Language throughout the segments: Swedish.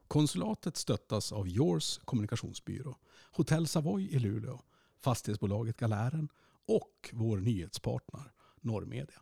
Konsulatet stöttas av Yours kommunikationsbyrå, Hotell Savoy i Luleå, fastighetsbolaget Galären och vår nyhetspartner Norrmedia.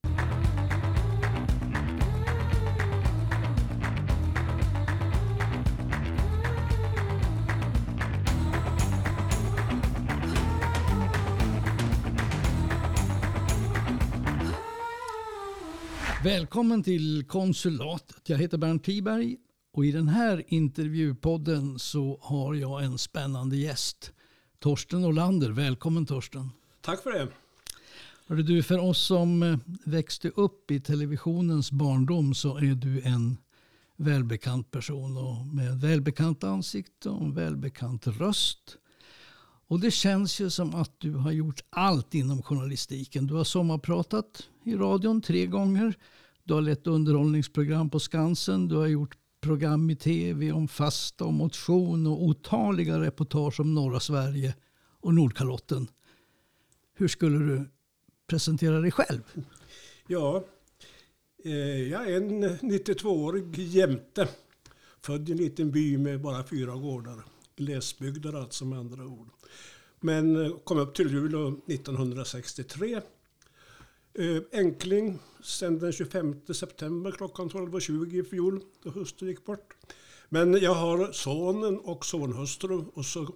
Välkommen till Konsulatet. Jag heter Bernt Tiberg och i den här intervjupodden så har jag en spännande gäst. Torsten Olander. Välkommen Torsten. Tack för det. Hörde du, för oss som växte upp i televisionens barndom så är du en välbekant person och med välbekant ansikte och en välbekant röst. Och det känns ju som att du har gjort allt inom journalistiken. Du har sommarpratat i radion 3 gånger. Du har lett underhållningsprogram på Skansen. Du har gjort program i tv om fasta och motion och otaliga reportage om norra Sverige och Nordkalotten. Hur skulle du presentera dig själv? Ja, jag är en 92-årig jämte. Född i en liten by med bara 4 gårdar. Glesbygder alltså med andra ord. Men kom upp till Luleå 1963. Enkling sedan den 25 september klockan 12.20 i fjol då hustrun gick bort. Men jag har sonen och sonhustru och så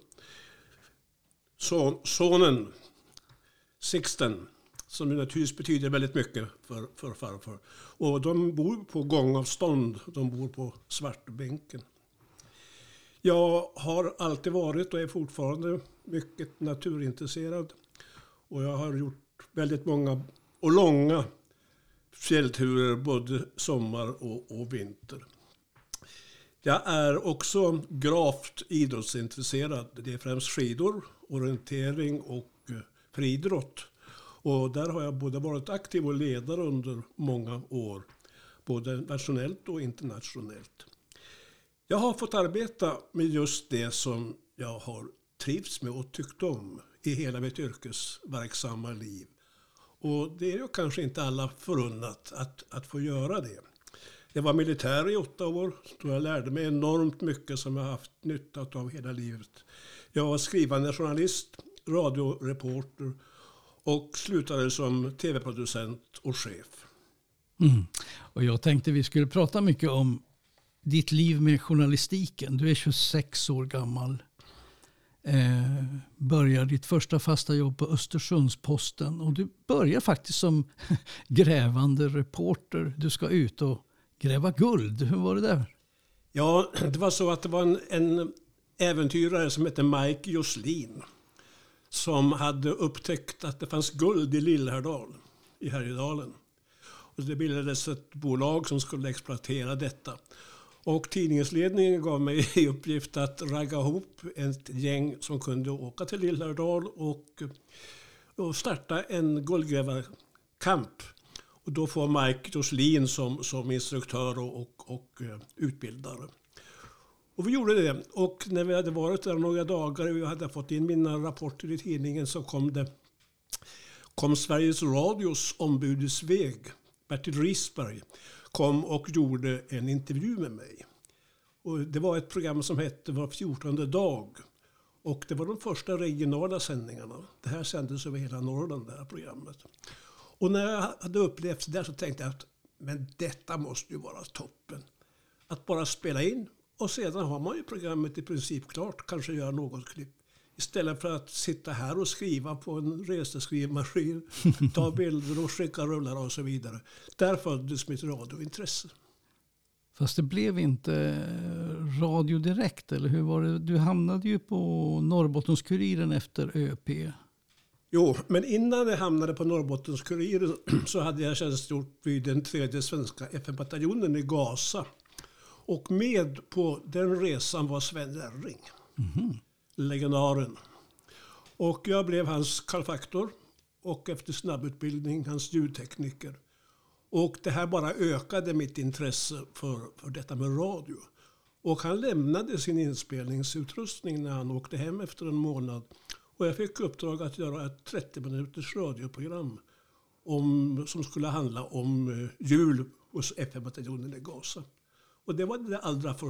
sonen Sixten som naturligtvis betyder väldigt mycket för farfar. Och de bor på gångavstånd, de bor på Svartbänken. Jag har alltid varit och är fortfarande mycket naturintresserad. Och jag har gjort väldigt många och långa fjällturer både sommar och vinter. Jag är också gravt idrottsintresserad. Det är främst skidor, orientering och friidrott. Och där har jag både varit aktiv och ledare under många år. Både nationellt och internationellt. Jag har fått arbeta med just det som jag har trivts med och tyckt om i hela mitt yrkesverksamma liv. Och det är ju kanske inte alla förunnat att få göra det. Jag var militär i 8 år, då jag lärde mig enormt mycket som jag har haft nytta av hela livet. Jag var skrivande journalist, radioreporter och slutade som tv-producent och chef. Och jag tänkte vi skulle prata mycket om ditt liv med journalistiken. Du är 26 år gammal. Börjar ditt första fasta jobb på Östersundsposten. Och du börjar faktiskt som grävande reporter. Du ska ut och gräva guld. Hur var det där? Ja, det var så att det var en äventyrare som hette Mike Joslin. Som hade upptäckt att det fanns guld i Lillhärdal i Härjedalen. Och det bildades ett bolag som skulle exploatera detta. Och tidningsledningen gav mig i uppgift att ragga ihop ett gäng som kunde åka till Lillhärdal och starta en guldgrävarkamp. Och då får Mike Joslin som instruktör och utbildare. Och vi gjorde det. Och när vi hade varit där några dagar och jag hade fått in mina rapporter i tidningen så kom Sveriges Radios ombud i Sveg, Bertil Risberg, kom och gjorde en intervju med mig. Och det var ett program som hette Var 14:e dag. Och det var de första regionala sändningarna. Det här sändes över hela Norrland, det här programmet. Och när jag hade upplevt det där så tänkte jag att men detta måste ju vara toppen. Att bara spela in och sedan har man ju programmet i princip klart. Kanske göra något klipp. Istället för att sitta här och skriva på en reseskrivmaskin, ta bilder och skicka rullar och så vidare. Där föddes mitt radiointresse. Fast det blev inte radio direkt, eller hur var det? Du hamnade ju på Norrbottens-Kuriren efter ÖP. Jo, men innan jag hamnade på Norrbottens-Kuriren så hade jag tjänstgjort vid den 3:e svenska FN-bataljonen i Gaza. Och med på den resan var Sven Jerring. Legendaren. Och jag blev hans kallfaktor och efter snabbutbildning hans ljudtekniker. Och det här bara ökade mitt intresse för detta med radio. Och han lämnade sin inspelningsutrustning när han åkte hem efter en månad. Och jag fick uppdrag att göra ett 30 minuters radioprogram som skulle handla om jul hos FN-bataljonen i Gaza. Och det var det allra första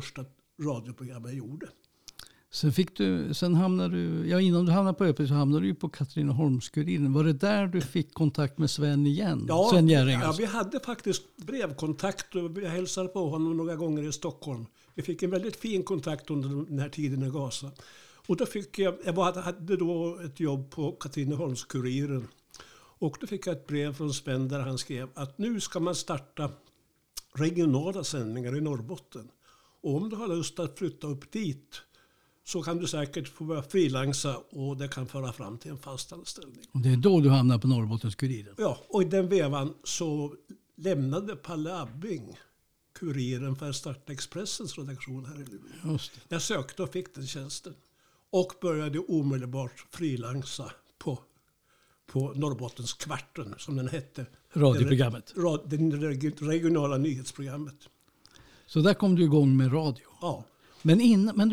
radioprogram jag gjorde. Sen hamnade du, innan du hamnade på Öppet så hamnade du ju på Katrineholms-Kuriren. Var det där du fick kontakt med Sven igen? Ja, Sven Jerring, ja, alltså. vi hade faktiskt brevkontakt och jag hälsade på honom några gånger i Stockholm. Vi fick en väldigt fin kontakt under den här tiden i Gaza. Och då fick jag hade då ett jobb på Katrineholms-Kuriren. Och då fick jag ett brev från Sven där han skrev att nu ska man starta regionala sändningar i Norrbotten. Och om du har lust att flytta upp dit så kan du säkert få börja frilansa och det kan föra fram till en fast anställning. Och det är då du hamnar på Norrbottens-Kuriren? Ja, och i den vevan så lämnade Palle Abbing Kuriren för att starta Expressens redaktion här i Luleå. Jag sökte och fick den tjänsten. Och började omedelbart frilansa på Norrbottens kvarten som den hette. Radioprogrammet? Det regionala nyhetsprogrammet. Så där kom du igång med radio? Ja. Men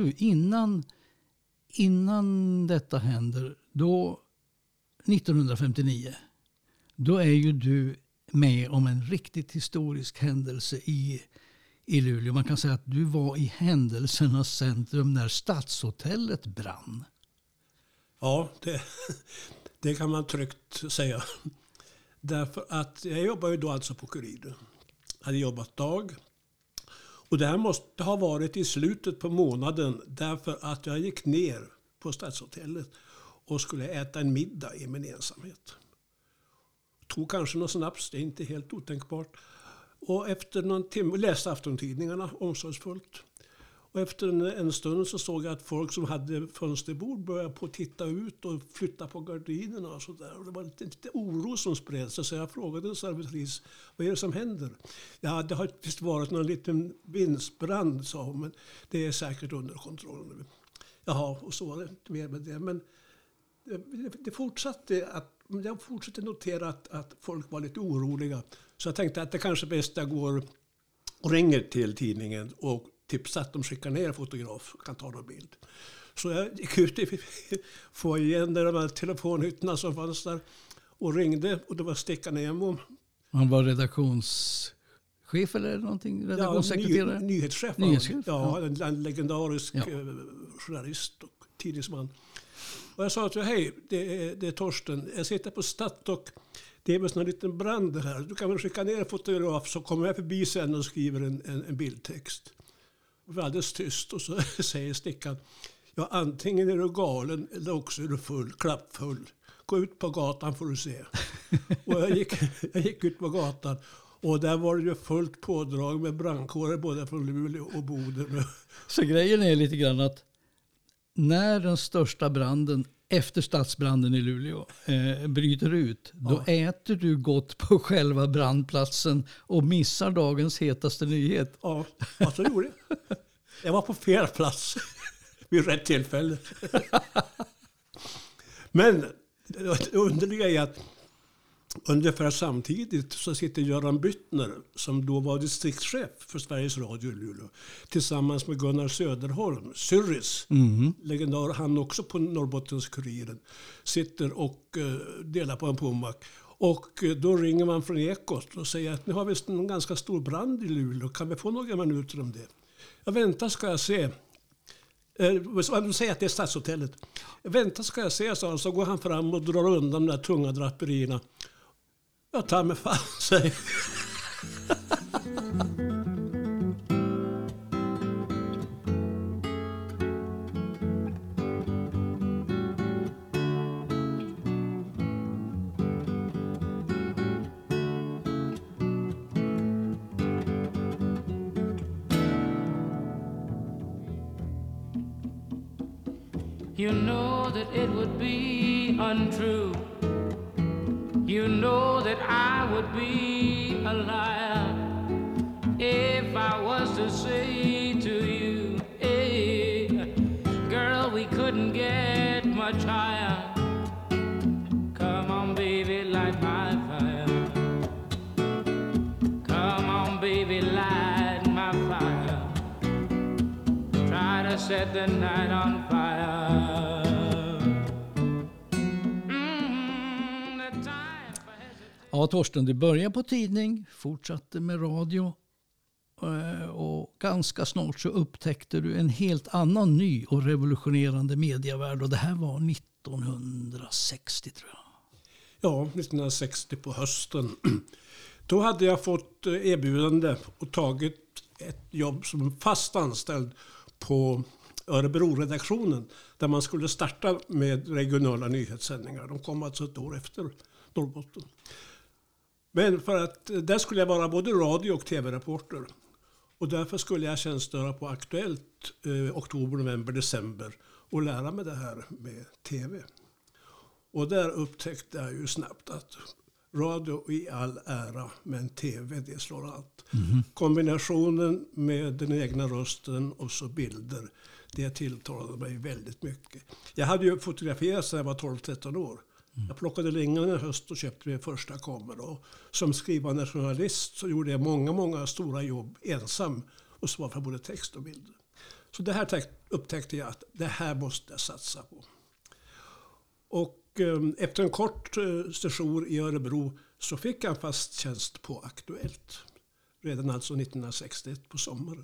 innan detta händer, då 1959, då är ju du med om en riktigt historisk händelse i Luleå. Man kan säga att du var i händelsernas centrum när Stadshotellet brann. Ja, det kan man tryggt säga. Därför att jag jobbade ju då alltså på Kuriren. Jag hade jobbat dag. Och det här måste ha varit i slutet på månaden därför att jag gick ner på Stadshotellet och skulle äta en middag i min ensamhet. Tog kanske någon snaps, det är inte helt otänkbart. Och efter någon timme läste aftontidningarna omsorgsfullt. Och efter en stund så såg jag att folk som hade fönsterbord började på att titta ut och flytta på gardinerna och sådär. Och det var lite oro som spred sig så jag frågade en servitris, vad är det som händer? Ja, det har visst varit någon liten vindsbrand, sa hon, men det är säkert under kontroll nu. Jaha, och så var det inte mer med det. Men det fortsatte jag fortsatte notera att folk var lite oroliga. Så jag tänkte att det kanske är bäst jag går och ringer till tidningen och tipsar att de skickar ner en fotograf och kan ta en bild. Så jag gick ut i foajén där de här telefonhytterna som fanns där och ringde och det var Stickan Emo. Han var redaktionschef eller någonting? Redaktionssekreterare? Ja, nyhetschef. Ja, en legendarisk journalist och tidningsman. Och jag sa att hej, det är Torsten. Jag sitter på Stadt och det är en liten brand här. Du kan väl skicka ner en fotograf så kommer jag förbi sen och skriver en bildtext. Och var alldeles tyst och så säger Stickan, ja antingen är du galen eller också är du klappfull. Gå ut på gatan får du se. Och jag gick ut på gatan och där var det ju fullt pådrag med brandkårer både från Luleå och Boden. Så grejen är lite grann att när den största branden efter stadsbranden i Luleå bryter ut, då äter du gott på själva brandplatsen och missar dagens hetaste nyhet. Ja, så gjorde jag. Jag var på fel plats vid rätt tillfälle. Men det underliga är att ungefär samtidigt så sitter Göran Byttner som då var distriktschef för Sveriges Radio i Luleå tillsammans med Gunnar Söderholm, Syrris, legendar, han också på Norrbottens-Kuriren, sitter och delar på en pommack. Och då ringer man från Ekot och säger att nu har vi en ganska stor brand i Luleå, kan vi få några minuter om det? Jag väntar ska jag se. De säger att det är Stadshotellet. Vänta ska jag se, så går han fram och drar undan de där tunga draperierna. Jag tar mig fan, säger You know that it would be untrue. You know that I would be a liar if I was to say to you, hey, girl, we couldn't get much higher. Come on, baby, light my fire. Come on, baby, light my fire. Try to set the night on fire. Ja, Torsten, du började på tidning, fortsatte med radio. och ganska snart så upptäckte du en helt annan ny och revolutionerande medievärld. Och det här var 1960 tror jag. Ja, 1960 på hösten. Då hade jag fått erbjudande och tagit ett jobb som fast anställd på Örebro-redaktionen. Där man skulle starta med regionala nyhetssändningar. De kom alltså ett år efter Norrbotten. Men för att där skulle jag vara både radio- och tv-reporter. Och därför skulle jag tjänstgöra på Aktuellt oktober, november, december och lära mig det här med tv. Och där upptäckte jag ju snabbt att radio i all ära, men tv det slår allt. Kombinationen med den egna rösten och så bilder, det tilltalade mig väldigt mycket. Jag hade ju fotograferat sedan jag var 12-13 år. Jag plockade lingon en höst och köpte min första kamera. Och som skrivande journalist så gjorde jag många stora jobb ensam och svarade för både text och bilder. Så det här upptäckte jag att det här måste jag satsa på. Och efter en kort session i Örebro så fick jag en fast tjänst på Aktuellt. Redan alltså 1961 på sommaren.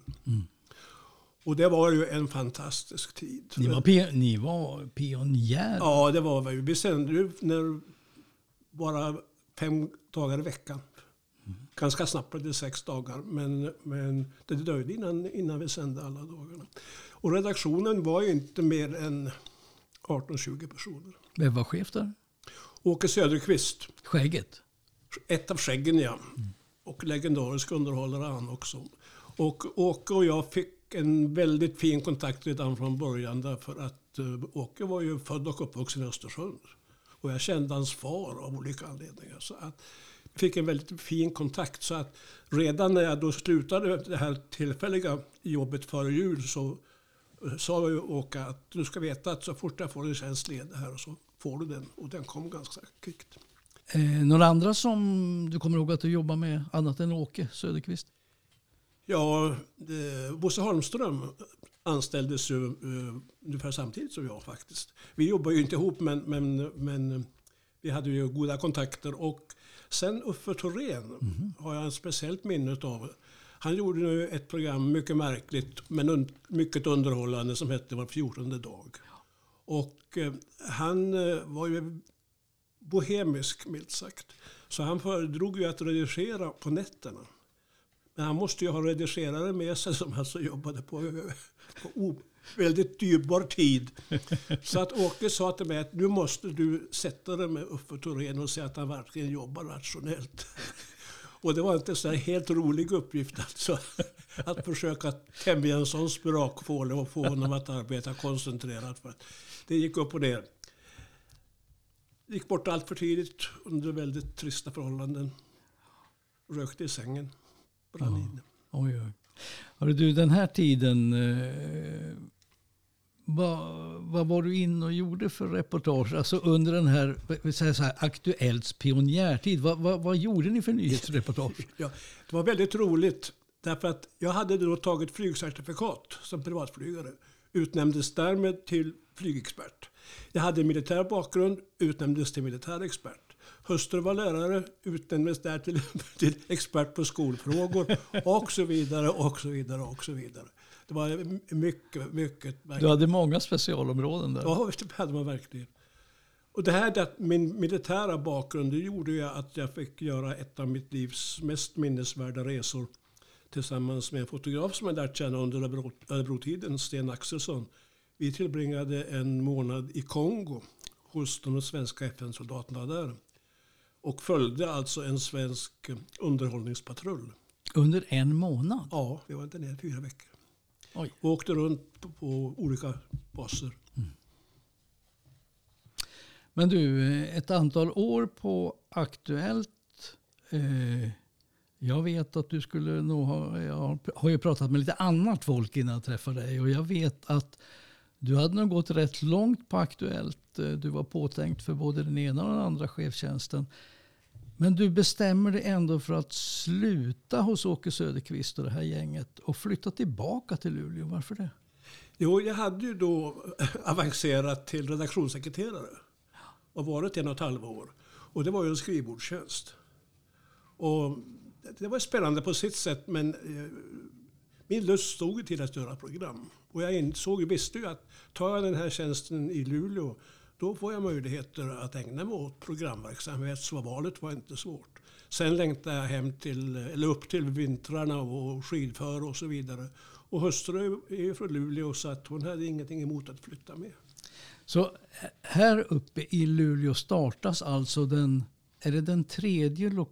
Och det var ju en fantastisk tid. Ni var pionjärer. Ja, det var vi. Vi sände ju bara 5 dagar i veckan. Ganska snabbt blev det 6 dagar. Men det dröjde innan vi sände alla dagarna. Och redaktionen var ju inte mer än 18-20 personer. Vem var chef där? Åke Söderqvist. Skägget? Ett av skäggen, ja. Och legendarisk underhållare han också. Och Åke och jag fick en väldigt fin kontakt redan från början. Därför att Åke var ju född och uppvuxen i Östersund. Och jag kände hans far av olika anledningar. Så att jag fick en väldigt fin kontakt. Så att redan när jag då slutade det här tillfälliga jobbet före jul så sa jag Åke att du ska veta att så fort jag får en tjänst ledig här så får du den. Och den kom ganska kvickt. Några andra som du kommer ihåg att du jobbar med annat än Åke Söderqvist? Ja, Bosse Holmström anställdes ju ungefär samtidigt som jag faktiskt. Vi jobbar ju inte ihop men vi hade ju goda kontakter. Och sen Uffe Thorén har jag ett speciellt minne av. Han gjorde nu ett program mycket märkligt men mycket underhållande som hette Var 14:e dag. Och han var ju bohemisk milt sagt. Så han föredrog ju att redigera på nätterna. Men han måste ju ha redigerare med sig som alltså jobbade på väldigt dyrbar tid. Så att Åke sa till mig att nu måste du sätta dig med Uffe Thorén och se att han verkligen jobbar rationellt. Och det var inte så här helt rolig uppgift alltså, att försöka tämja en sån spirakfåle och få honom att arbeta koncentrerat. För det gick upp och ner. Det gick bort allt för tidigt under väldigt trista förhållanden. Rökte i sängen. Brann in. Oj. Hörru du, den här tiden, vad var du in och gjorde för reportage? Alltså under den här Aktuellts pionjärtid. Vad gjorde ni för nyhetsreportage? Ja, det var väldigt roligt. Därför att jag hade då tagit flygcertifikat som privatflygare. Utnämndes därmed till flygexpert. Jag hade militär bakgrund, utnämndes till militärexpert. Hustru var lärare, utnämndes där till expert på skolfrågor och så vidare och så vidare och så vidare. Det var mycket. Du hade många specialområden där. Ja, det hade man verkligen. Och det här, min militära bakgrund, det gjorde ju att jag fick göra ett av mitt livs mest minnesvärda resor tillsammans med en fotograf som jag lärt känna under Örebro-tiden, Sten Axelsson. Vi tillbringade en månad i Kongo hos de svenska FN-soldaterna där. Och följde alltså en svensk underhållningspatrull. Under en månad? Ja, vi var där nere 4 veckor. Oj. Och åkte runt på olika baser. Men du, ett antal år på Aktuellt. Jag vet att du skulle nog jag har ju pratat med lite annat folk innan jag träffade dig. Och jag vet att du hade nog gått rätt långt på Aktuellt. Du var påtänkt för både den ena och den andra chefstjänsten. Men du bestämmer dig ändå för att sluta hos Åke Söderqvist och det här gänget och flytta tillbaka till Luleå. Varför det? Jo, jag hade ju då avancerat till redaktionssekreterare och varit 1,5 år. Och det var ju en skrivbordstjänst. Och det var spännande på sitt sätt, men min lust stod till att göra program. Och jag visste ju att tar jag den här tjänsten i Luleå, då får jag möjligheter att ägna mig åt programverksamhet, så valet var inte svårt. Sen längtade jag upp till vintrarna och skidför och så vidare. Och hustru är från Luleå, så att hon hade ingenting emot att flytta med. Så här uppe i Luleå startas alltså den 3:e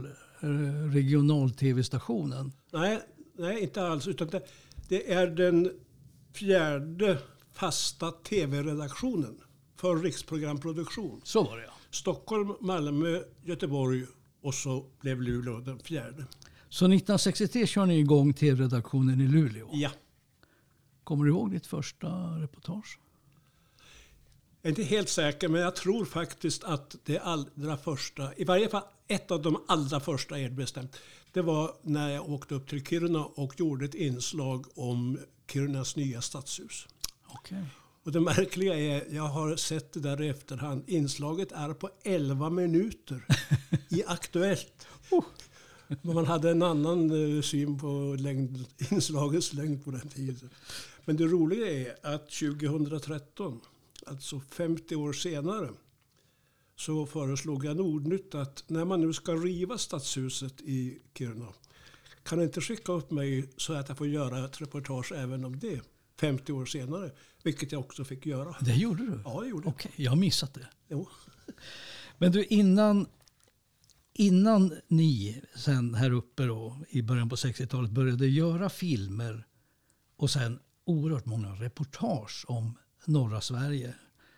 regional-tv-stationen? Nej, inte alls. Utan det är den 4:e fasta tv-redaktionen för riksprogramproduktion. Så var det, ja. Stockholm, Malmö, Göteborg och så blev Luleå den 4:e. Så 1963 kör ni igång tv-redaktionen i Luleå? Ja. Kommer du ihåg ditt första reportage? Jag är inte helt säker, men jag tror faktiskt att det allra första, i varje fall ett av de allra första är bestämt. Det var när jag åkte upp till Kiruna och gjorde ett inslag om Kirunas nya stadshus. Okay. Och det märkliga är, jag har sett det där i efterhand, inslaget är på 11 minuter i Aktuellt. Men man hade en annan syn på inslagets längd på den tiden. Men det roliga är att 2013, alltså 50 år senare, så föreslog jag Nordnytt att när man nu ska riva stadshuset i Kiruna, kan inte skicka upp mig så att jag får göra ett reportage även om det 50 år senare, vilket jag också fick göra. Det gjorde du? Ja, jag gjorde. Okej, jag har missat det. Jo. Men du, innan ni sen här uppe då, i början på 60-talet började göra filmer och sen oerhört många reportage om norra Sverige,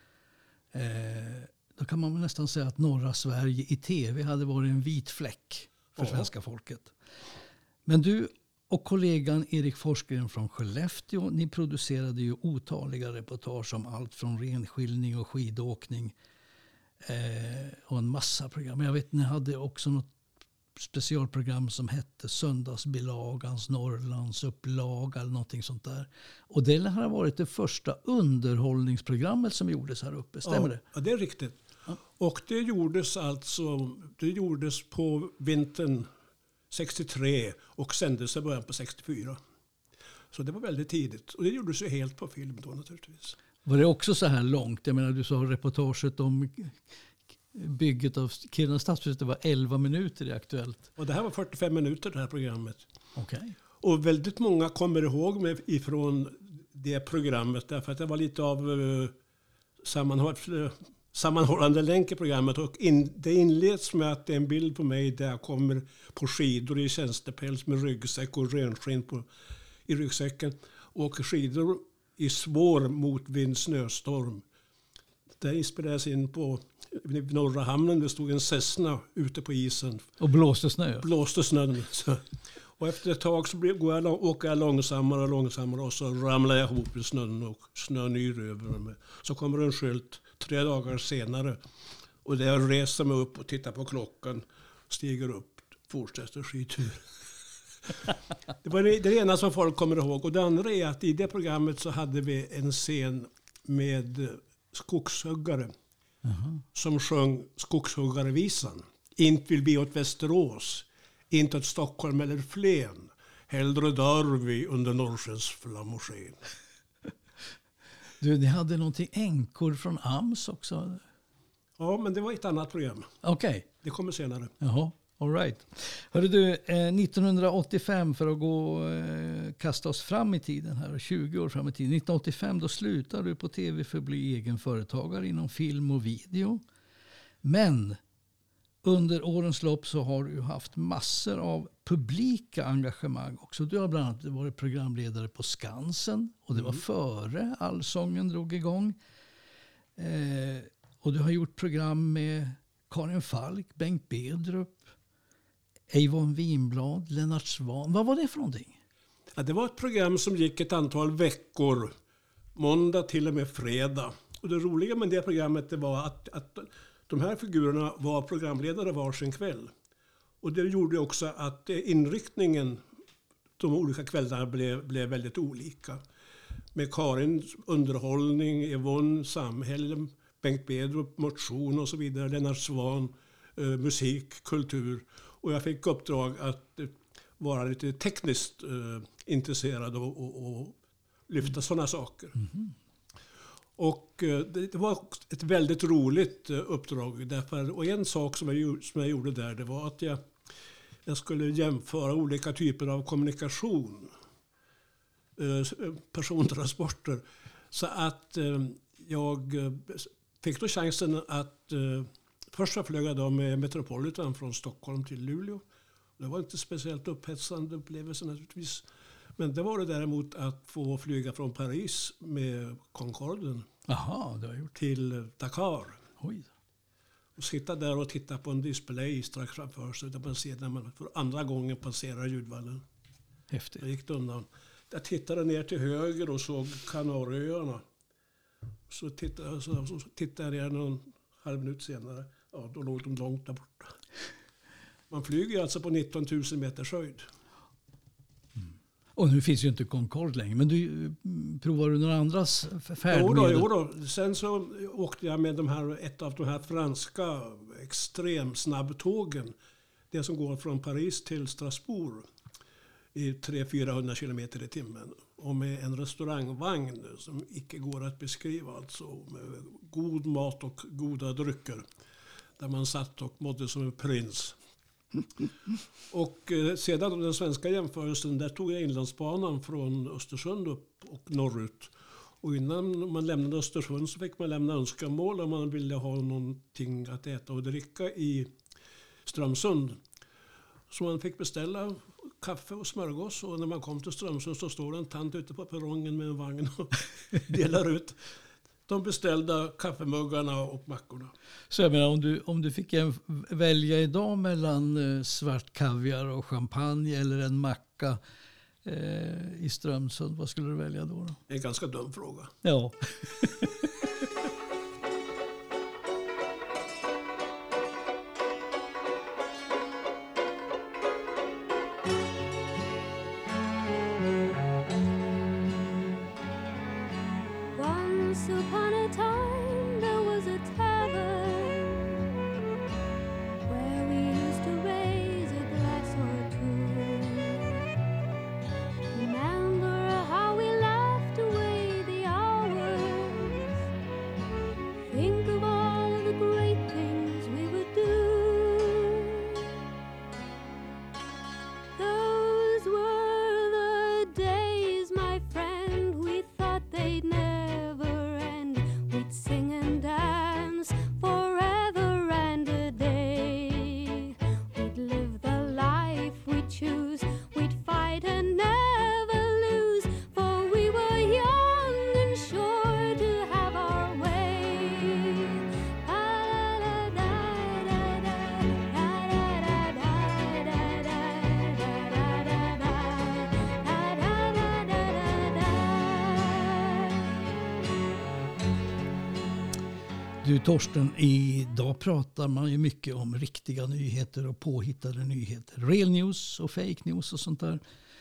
då kan man väl nästan säga att norra Sverige i tv hade varit en vit fläck för svenska folket. Men du och kollegan Erik Forsgren från Skellefteå, ni producerade ju otaliga reportage om allt från renskiljning och skidåkning och en massa program. Jag vet, ni hade också något specialprogram som hette Söndagsbilagans Norrlandsupplaga eller någonting sånt där. Och det har varit det första underhållningsprogrammet som gjordes här uppe, stämmer det? Ja, det är riktigt. Ja. Och det gjordes på vintern 63 och sändes i början på 64. Så det var väldigt tidigt. Och det gjordes ju helt på film då naturligtvis. Var det också så här långt? Jag menar, du sa reportaget om bygget av Kiruna stadshus, det var 11 minuter i Aktuellt. Och det här var 45 minuter det här programmet. Okay. Och väldigt många kommer ihåg mig ifrån det programmet därför att det var lite av sammanhållande länk i programmet. Och det inleds med att det är en bild på mig där jag kommer på skidor i tjänstepäls med ryggsäck och renskinn i ryggsäcken. Och åker skidor i svår motvind snöstorm. Det inspelades in på norra hamnen. Det stod en Cessna ute på isen. Och blåste snö? Blåste snön. Och efter ett tag så åker jag långsammare och långsammare och så ramlar jag ihop i snön och snön yr över mig. Så kommer en skylt 3 dagar senare. Och där jag reser mig upp och tittar på klockan, stiger upp, fortsätter skidtur. Det var det ena som folk kommer ihåg. Och det andra är att i det programmet så hade vi en scen med skogshuggare som sjöng skogshuggarvisan. Inte vill vi åt Västerås, inte åt Stockholm eller Flen. Hellre dör vi under Norrskens flam och sken. Du, ni hade någonting änkor från AMS också? Ja, men det var ett annat program. Okej. Okay. Det kommer senare. Jaha. All right. Hörde du, 1985, för att kasta oss fram i tiden här, 20 år fram i tiden. 1985 då slutade du på tv för att bli egen företagare inom film och video. Men under årens lopp så har du haft massor av publika engagemang också. Du har bland annat varit programledare på Skansen och det var före Allsången drog igång. Och du har gjort program med Karin Falk, Bengt Bedrup, Eivon Winblad, Lennart Svan. Vad var det för någonting? Ja, det var ett program som gick ett antal veckor. Måndag till och med fredag. Och det roliga med det programmet det var att de här figurerna var programledare varsin kväll. Och det gjorde också att inriktningen de olika kvällarna blev väldigt olika. Med Karin underhållning, Eivon samhälle, Bengt Bedrup motion och så vidare, Lennart Svan musik, kultur. Och jag fick uppdrag att vara lite tekniskt intresserad och lyfta sådana saker. Och det var ett väldigt roligt uppdrag. Och en sak som jag gjorde där, det var att jag skulle jämföra olika typer av kommunikation. Persontransporter. Så att jag fick då chansen att först flög jag då med Metropolitan från Stockholm till Luleå. Det var inte speciellt upphetsande upplevelse naturligtvis. Men det var det däremot att få flyga från Paris med Concorden. Aha, det har jag gjort. Till Dakar. Oj. Och sitta där och titta på en display strax framför sig där man ser när man för andra gången passerar ljudvallen. Häftigt. Jag gick undan. Jag tittade ner till höger och såg Kanarieöarna. Så tittade jag någon halv minut senare. Ja, då låg de långt där borta. Man flyger alltså på 19 000 meters höjd. Och nu finns ju inte Concorde längre. Men provar du några andras färdmedel? Jo då. Sen så åkte jag med ett av de här franska extremsnabbtågen. Det som går från Paris till Strasbourg i 300-400 kilometer i timmen. Och med en restaurangvagn som icke går att beskriva. Alltså med god mat och goda drycker. Där man satt och mådde som en prins. Och sedan den svenska jämförelsen, där tog jag Inlandsbanan från Östersund upp och norrut. Och innan man lämnade Östersund så fick man lämna önskemål om man ville ha någonting att äta och dricka i Strömsund. Så man fick beställa kaffe och smörgås, och när man kom till Strömsund så står en tant ute på perrongen med en vagn och delar ut de beställda kaffemuggarna och mackorna. Så jag menar, om du fick välja idag mellan svart kaviar och champagne eller en macka i Strömsund, vad skulle du välja då? Det är en ganska dum fråga. Ja. Du Torsten, idag pratar man ju mycket om riktiga nyheter och påhittade nyheter. Real news och fake news och sånt där.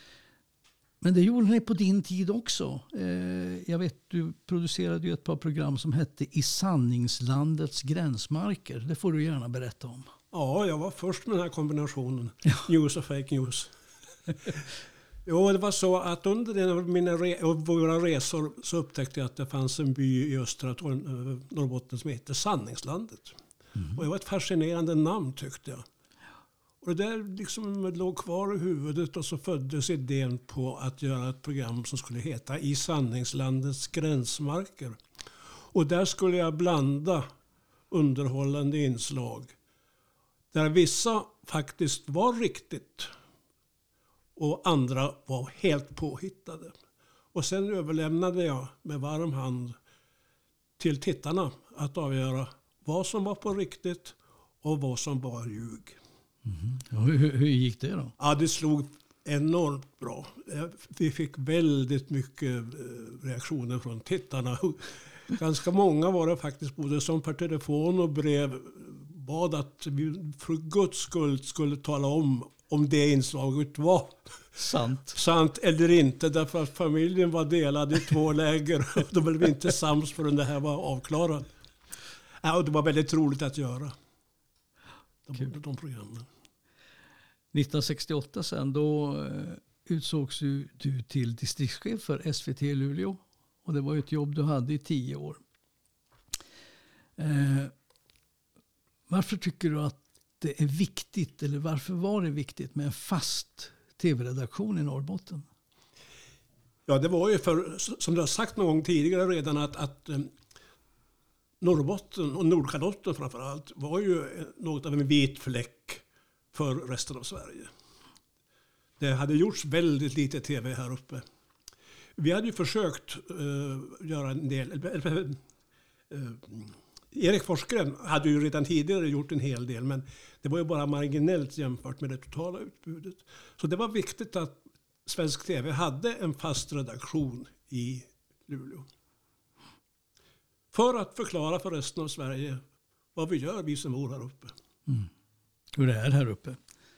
Men det gjorde ni på din tid också. Jag vet, du producerade ju ett par program som hette I sanningslandets gränsmarker. Det får du gärna berätta om. Ja, jag var först med den här kombinationen. News och fake news. Jo, det var så att under våra resor så upptäckte jag att det fanns en by i östra Norrbotten som heter Sanningslandet. Och det var ett fascinerande namn, tyckte jag. Och det där liksom låg kvar i huvudet, och så föddes idén på att göra ett program som skulle heta I sanningslandets gränsmarker. Och där skulle jag blanda underhållande inslag där vissa faktiskt var riktigt och andra var helt påhittade. Och sen överlämnade jag med varm hand till tittarna att avgöra vad som var på riktigt och vad som var ljug. Ja, hur gick det då? Ja, det slog enormt bra. Vi fick väldigt mycket reaktioner från tittarna. Ganska många var det faktiskt, både som per telefon och brev, bad att vi för Guds skull skulle tala om det inslaget var sant eller inte. Därför att familjen var delad i 2 läger. Då blev vi inte sams förrän det här var avklarat. Ja, och det var väldigt roligt att göra de programmen. 1968 sen då utsågs du till distriktschef för SVT i Luleå. Och det var ju ett jobb du hade i 10 år. Varför tycker du att det är viktigt, eller varför var det viktigt med en fast tv-redaktion i Norrbotten? Ja, det var ju för, som du har sagt någon gång tidigare redan, att Norrbotten och Nordkalotten framförallt var ju något av en vit fläck för resten av Sverige. Det hade gjorts väldigt lite tv här uppe. Vi hade ju försökt göra en del. Erik Forsgren hade ju redan tidigare gjort en hel del, men det var ju bara marginellt jämfört med det totala utbudet. Så det var viktigt att svensk tv hade en fast redaktion i Luleå. För att förklara för resten av Sverige vad vi gör, vi som bor här uppe. Mm. Hur det är här uppe.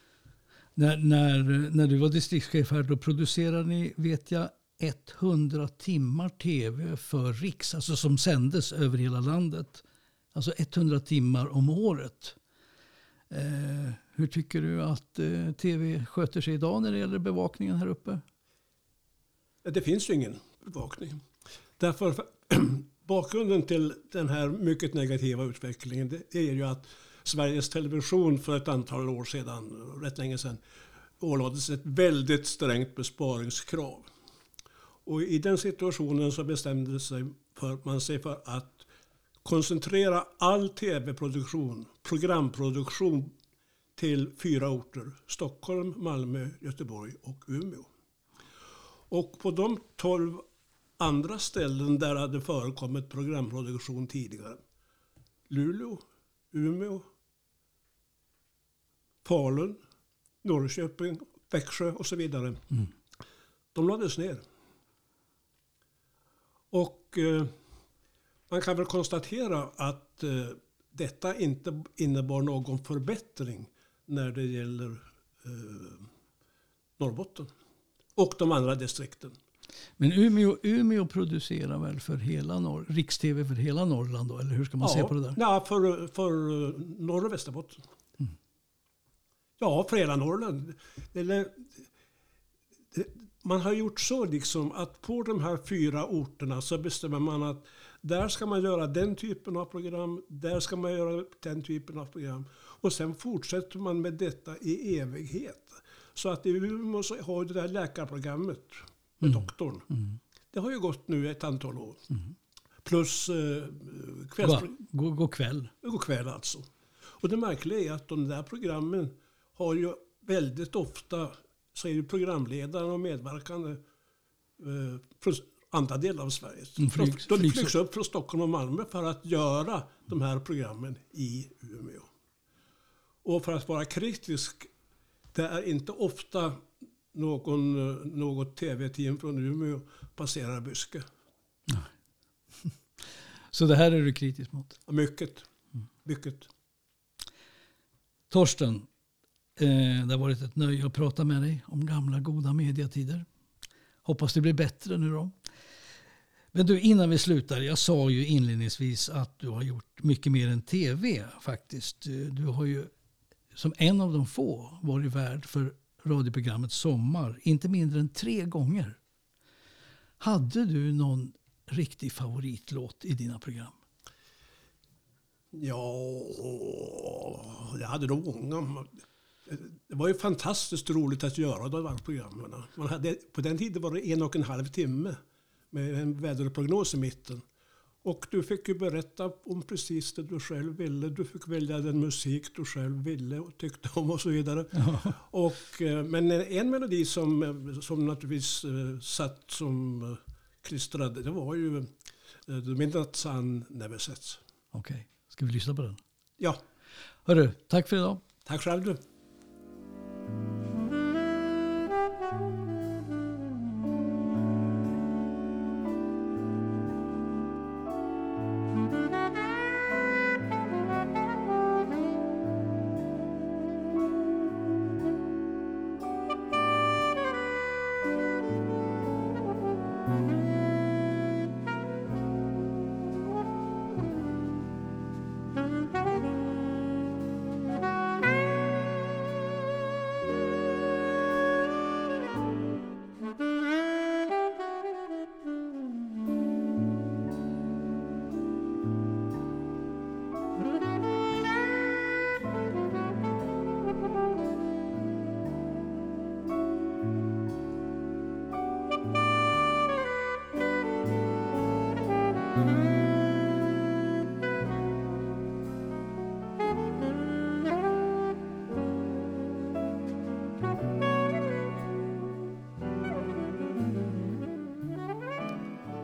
När du var distriktschef här, då producerade ni, vet jag, 100 timmar tv för Riks, alltså som sändes över hela landet. Alltså 100 timmar om året. Hur tycker du att tv sköter sig idag när det gäller bevakningen här uppe? Det finns ju ingen bevakning. Därför bakgrunden till den här mycket negativa utvecklingen, det är ju att Sveriges Television för ett antal år sedan, rätt länge sedan, ålades ett väldigt strängt besparingskrav. Och i den situationen så bestämde man sig för att koncentrera all tv-produktion, programproduktion till 4 orter. Stockholm, Malmö, Göteborg och Umeå. Och på de 12 andra ställen där hade förekommit programproduktion tidigare, Luleå, Umeå, Falun, Norrköping, Växjö och så vidare. De lades ner. Och man kan väl konstatera att detta inte innebar någon förbättring när det gäller Norrbotten och de andra distrikten. Men Umeå producerar väl för hela Riks-TV för hela Norrland då? Eller hur ska man se på det där? Ja, för norr och Västerbotten. Ja, för hela Norrland. Man har gjort så liksom att på de här 4 orterna så bestämmer man att där ska man göra den typen av program, där ska man göra den typen av program. Och sen fortsätter man med detta i evighet. Så att i Umeå så har det där läkarprogrammet med doktorn. Det har ju gått nu ett antal år. Plus God kväll. God kväll alltså. Och det märkliga är att de där programmen har ju väldigt ofta, så är det programledare och medverkande från andra delar av Sverige. De flygs upp från Stockholm och Malmö för att göra de här programmen i Umeå. Och för att vara kritisk, det är inte ofta något tv-team från Umeå passerar Byske. Så det här är du kritisk mot? Mycket. Mycket. Torsten, det har varit ett nöje att prata med dig om gamla goda mediatider. Hoppas det blir bättre nu då. Men du, innan vi slutar, jag sa ju inledningsvis att du har gjort mycket mer än tv faktiskt. Du har ju som en av de få varit värd för radioprogrammet Sommar inte mindre än 3 gånger. Hade du någon riktig favoritlåt i dina program? Ja, jag hade nog många. Det var ju fantastiskt roligt att göra de här programmen. På den tiden var det 1,5 timme med en väderprognos i mitten. Och du fick ju berätta om precis det du själv ville. Du fick välja den musik du själv ville och tyckte om och så vidare. Ja. Men en melodi som naturligtvis satt som klistrad, det var ju The Midnight Sun Never Sets. Okej, ska vi lyssna på den? Ja. Hörru, tack för idag. Tack själv du.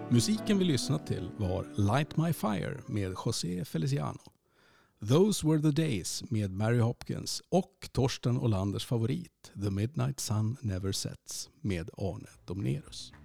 Musiken vi lyssnat till var Light My Fire med José Feliciano, Those Were the Days med Mary Hopkins och Torsten Ålanders favorit The Midnight Sun Never Sets med Arne Domnerus.